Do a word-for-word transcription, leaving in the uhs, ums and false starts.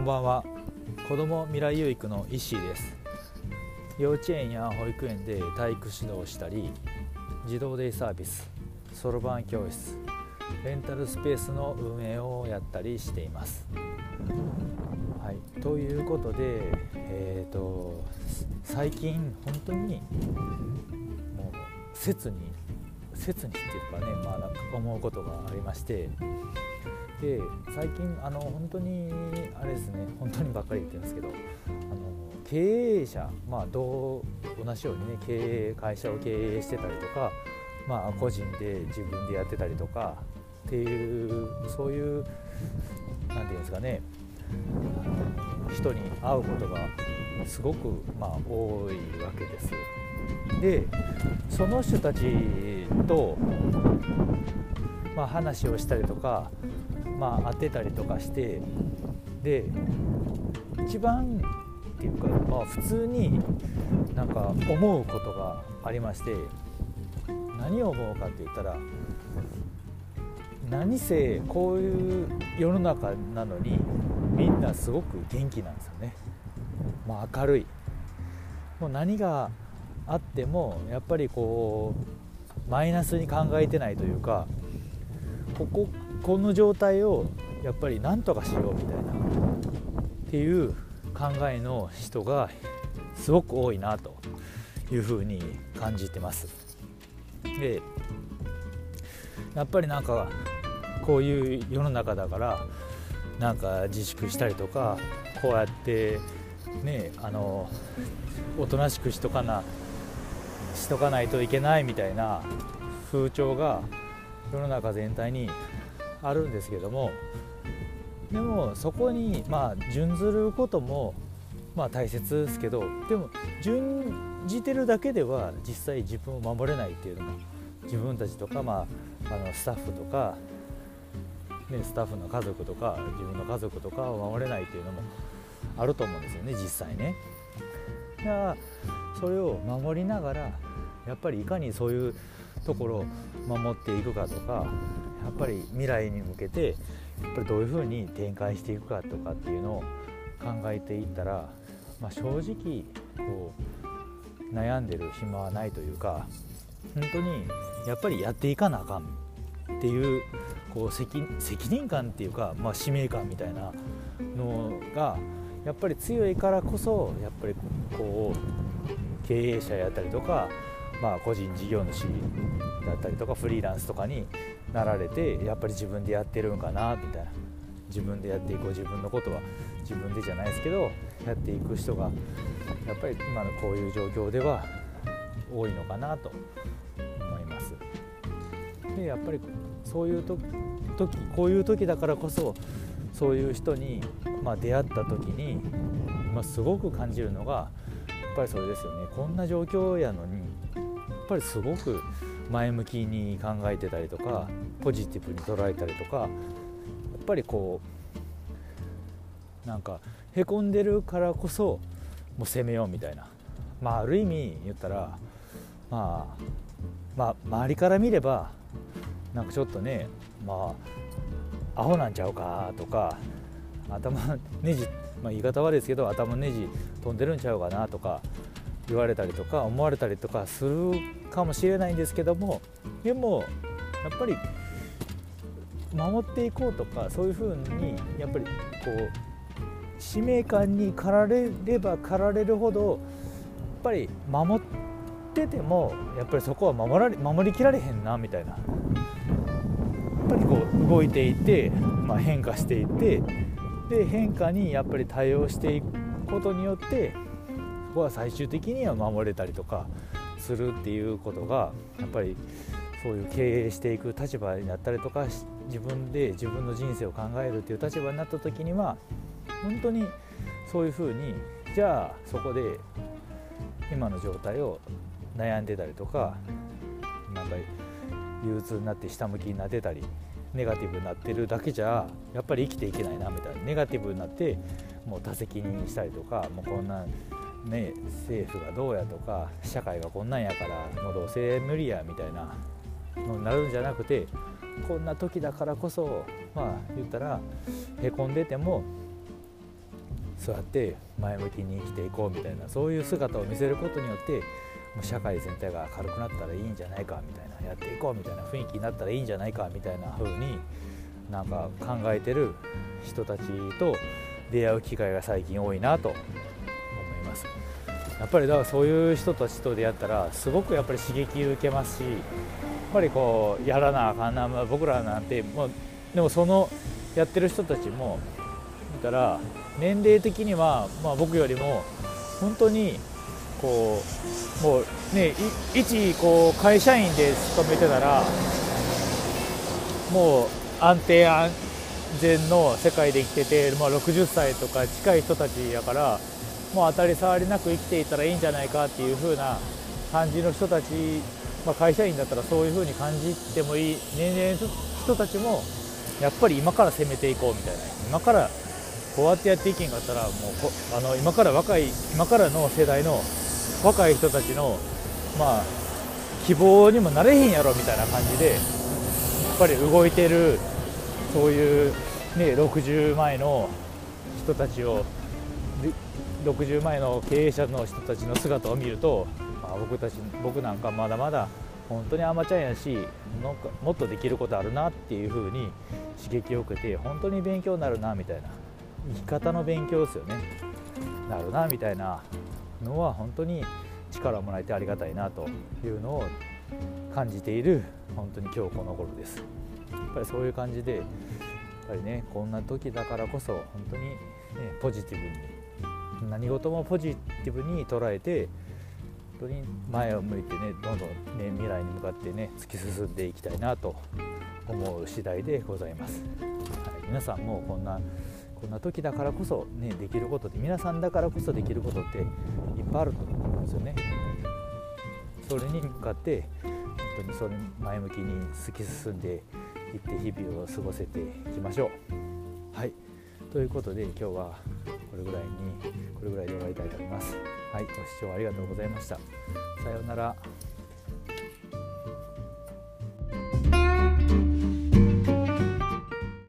ばんは。子ども未来有育の石井です。幼稚園や保育園で体育指導をしたり、児童デイサービス、そろばん教室、レンタルスペースの運営をやったりしています。はい、ということで、えーと、最近本当にもう切に切にっていうかね、まあ、なんか思うことがありまして、で最近あの本当にあれですね、本当にばっかり言ってるんですけど、あの経営者、まあ同じようにね経営会社を経営してたりとか、まあ、個人で自分でやってたりとかっていうそういうなんていうんですかね、人に会うことがすごくまあ多いわけです。でその人たちと、まあ、話をしたりとか、まあ、会ってたりとかして、で一番っていうか、まあ、普通になんか思うことがありまして、何を思うかって言ったら、何せこういう世の中なのにみんなすごく元気なんですよね。まあ、明るい、もう何があってもやっぱりこうマイナスに考えてないというか、こここの状態をやっぱり何とかしようみたいなっていう考えの人がすごく多いなというふうに感じてます。でやっぱりなんかこういう世の中だからなんか自粛したりとか、こうやってね、あのおとなしくしとかなしとかないといけないみたいな風潮が世の中全体にあるんですけども、でもそこにまあ準ずることもまあ大切ですけど、でも準じてるだけでは実際自分を守れないっていうのも、自分たちとか、まあ、あのスタッフとか、ね、スタッフの家族とか自分の家族とかを守れないっていうのもあると思うんですよね、実際ね。だからそれを守りながら、やっぱりいかにそういうところを守っていくかとか、やっぱり未来に向けてやっぱりどういうふうに展開していくかとかっていうのを考えていったら、まあ、正直こう悩んでる暇はないというか、本当にやっぱりやっていかなあかんっていう、こう 責, 責任感っていうか、まあ、使命感みたいなのがやっぱり強いからこそ、やっぱりこう経営者やったりとか、まあ、個人事業主だったりとかフリーランスとかになられて、やっぱり自分でやってるんかなみたいな、自分でやっていこう、自分のことは自分でじゃないですけどやっていく人がやっぱり今のこういう状況では多いのかなと思います。でやっぱりそういう時こういう時だからこそ、そういう人に、まあ、出会った時に、まあ、すごく感じるのがやっぱりそれですよね。こんな状況やのにやっぱりすごく前向きに考えてたりとか、ポジティブに捉えたりとか、やっぱりこうなんかへこんでるからこそもう攻めようみたいな、まあある意味言ったら、まあまあ周りから見ればなんかちょっとね、まあアホなんちゃうかとか、頭のネジ、まあ、言い方悪いですけど頭のネジ飛んでるんちゃうかなとか言われたりとか思われたりとかするかもしれないんですけども、でもやっぱり守っていこうとか、そういうふうにやっぱりこう使命感に駆られれば駆られるほど、やっぱり守っててもやっぱりそこは守られ守りきられへんなみたいな、やっぱりこう動いていて、まあ、変化していって、で変化にやっぱり対応していくことによってそこは最終的には守れたりとかするっていうことが、やっぱりそういう経営していく立場になったりとか、自分で自分の人生を考えるっていう立場になった時には、本当にそういうふうに、じゃあそこで今の状態を悩んでたりとか、なんか憂鬱になって下向きになってたりネガティブになってるだけじゃやっぱり生きていけないなみたいな、ネガティブになってもう多責任したりとか、もうこんなね政府がどうやとか社会がこんなんやからもうどうせ無理やみたいなのになるんじゃなくて、こんな時だからこそ、まあ言ったらへこんでてもそうやって前向きに生きていこうみたいな、そういう姿を見せることによってもう社会全体が明るくなったらいいんじゃないかみたいな、やっていこうみたいな雰囲気になったらいいんじゃないかみたいな風になんか考えてる人たちと出会う機会が最近多いなと思います。やっぱりだからそういう人たちと出会ったらすごくやっぱり刺激受けますし、やっぱりこうやらなあかんな、まあ、僕らなんてもうでもそのやってる人たちも見たら年齢的にはまあ僕よりも本当にこうもうね一こう会社員で勤めてたらもう安定安全の世界で生きてて、まあ、ろくじゅっさいとか近い人たちやからもう当たり障りなく生きていたらいいんじゃないかっていう風な感じの人たち、まあ、会社員だったらそういう風に感じてもいい年齢の人たちもやっぱり今から攻めていこうみたいな、今からこうやってやっていけんかったらもうこあの今から若い今からの世代の若い人たちのまあ希望にもなれへんやろみたいな感じでやっぱり動いてる、そういう、ね、ろくじゅうまえの人たちをろくじゅうまえの経営者の人たちの姿を見ると、あ僕たち僕なんかまだまだ本当にアマチュアやしなんかもっとできることあるなっていう風に刺激を受けて本当に勉強になるなみたいな、生き方の勉強ですよね、なるなみたいなのは本当に力をもらえてありがたいなというのを感じている本当に今日この頃です。やっぱりそういう感じでやっぱりねこんな時だからこそ本当に、ね、ポジティブに何事もポジティブに捉えて本当に前を向いてねどんどん、ね、未来に向かってね突き進んでいきたいなと思う次第でございます。はい、皆さんもこんなこんな時だからこそ、ね、できることって皆さんだからこそできることっていっぱいあると思うんですよね。それに向かって本当にそれ前向きに突き進んでいって日々を過ごせていきましょう。はい、ということで今日はこれぐらいにこれぐらいで終わりたいと思います。はい、ご視聴ありがとうございました。さようなら。